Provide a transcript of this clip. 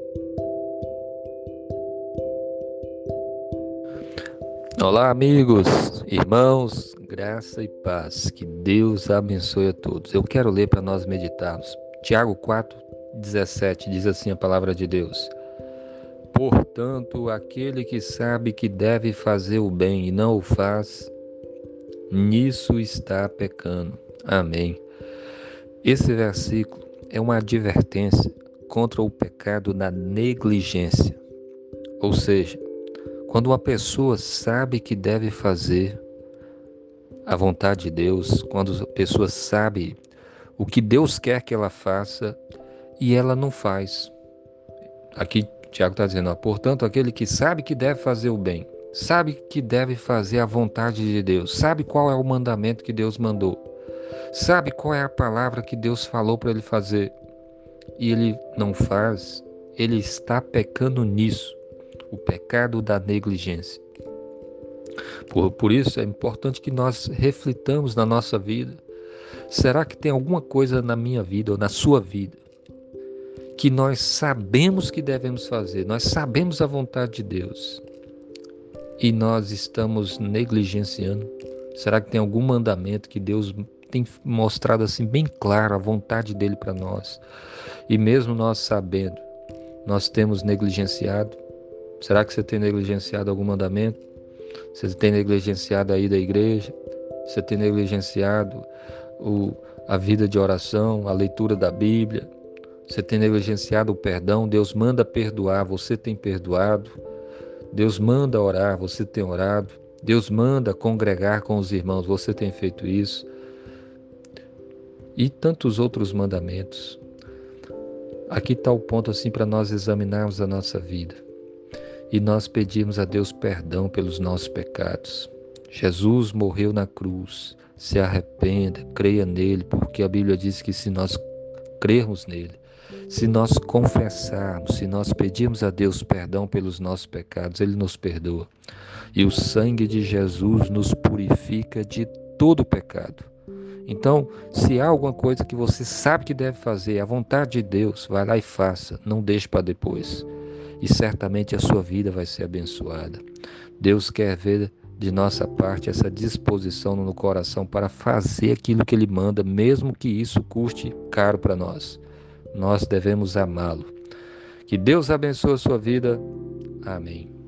Olá, amigos, irmãos, graça e paz. Que Deus abençoe a todos. Eu quero ler para nós meditarmos. Tiago 4:17 diz assim a palavra de Deus: Portanto, aquele que sabe que deve fazer o bem e não o faz, nisso está pecando. Amém. Esse versículo é uma advertência contra o pecado da negligência. Ou seja, quando uma pessoa sabe que deve fazer a vontade de Deus, quando a pessoa sabe o que Deus quer que ela faça e ela não faz. Aqui Tiago está dizendo, portanto, aquele que sabe que deve fazer o bem, sabe que deve fazer a vontade de Deus, sabe qual é o mandamento que Deus mandou, sabe qual é a palavra que Deus falou para ele fazer e ele não faz, ele está pecando nisso, o pecado da negligência. Por isso é importante que nós reflitamos na nossa vida. Será que tem alguma coisa na minha vida ou na sua vida que nós sabemos que devemos fazer, nós sabemos a vontade de Deus e nós estamos negligenciando? Será que tem algum mandamento que Deus tem mostrado assim bem claro a vontade dele para nós e mesmo nós sabendo, nós temos negligenciado? Será que você tem negligenciado algum mandamento? Você tem negligenciado a ida à igreja? Você tem negligenciado a vida de oração, a leitura da Bíblia? Você tem negligenciado o perdão? Deus manda perdoar, você tem perdoado? Deus manda orar, você tem orado? Deus manda congregar com os irmãos, você tem feito isso? E tantos outros mandamentos. Aqui está o ponto assim para nós examinarmos a nossa vida e nós pedirmos a Deus perdão pelos nossos pecados. Jesus morreu na cruz, se arrependa, creia nele, porque a Bíblia diz que se nós crermos nele, se nós confessarmos, se nós pedirmos a Deus perdão pelos nossos pecados, ele nos perdoa. E o sangue de Jesus nos purifica de todo pecado. Então, se há alguma coisa que você sabe que deve fazer, a vontade de Deus, vai lá e faça, não deixe para depois. E certamente a sua vida vai ser abençoada. Deus quer ver de nossa parte essa disposição no coração para fazer aquilo que Ele manda, mesmo que isso custe caro para nós. Nós devemos amá-lo. Que Deus abençoe a sua vida. Amém.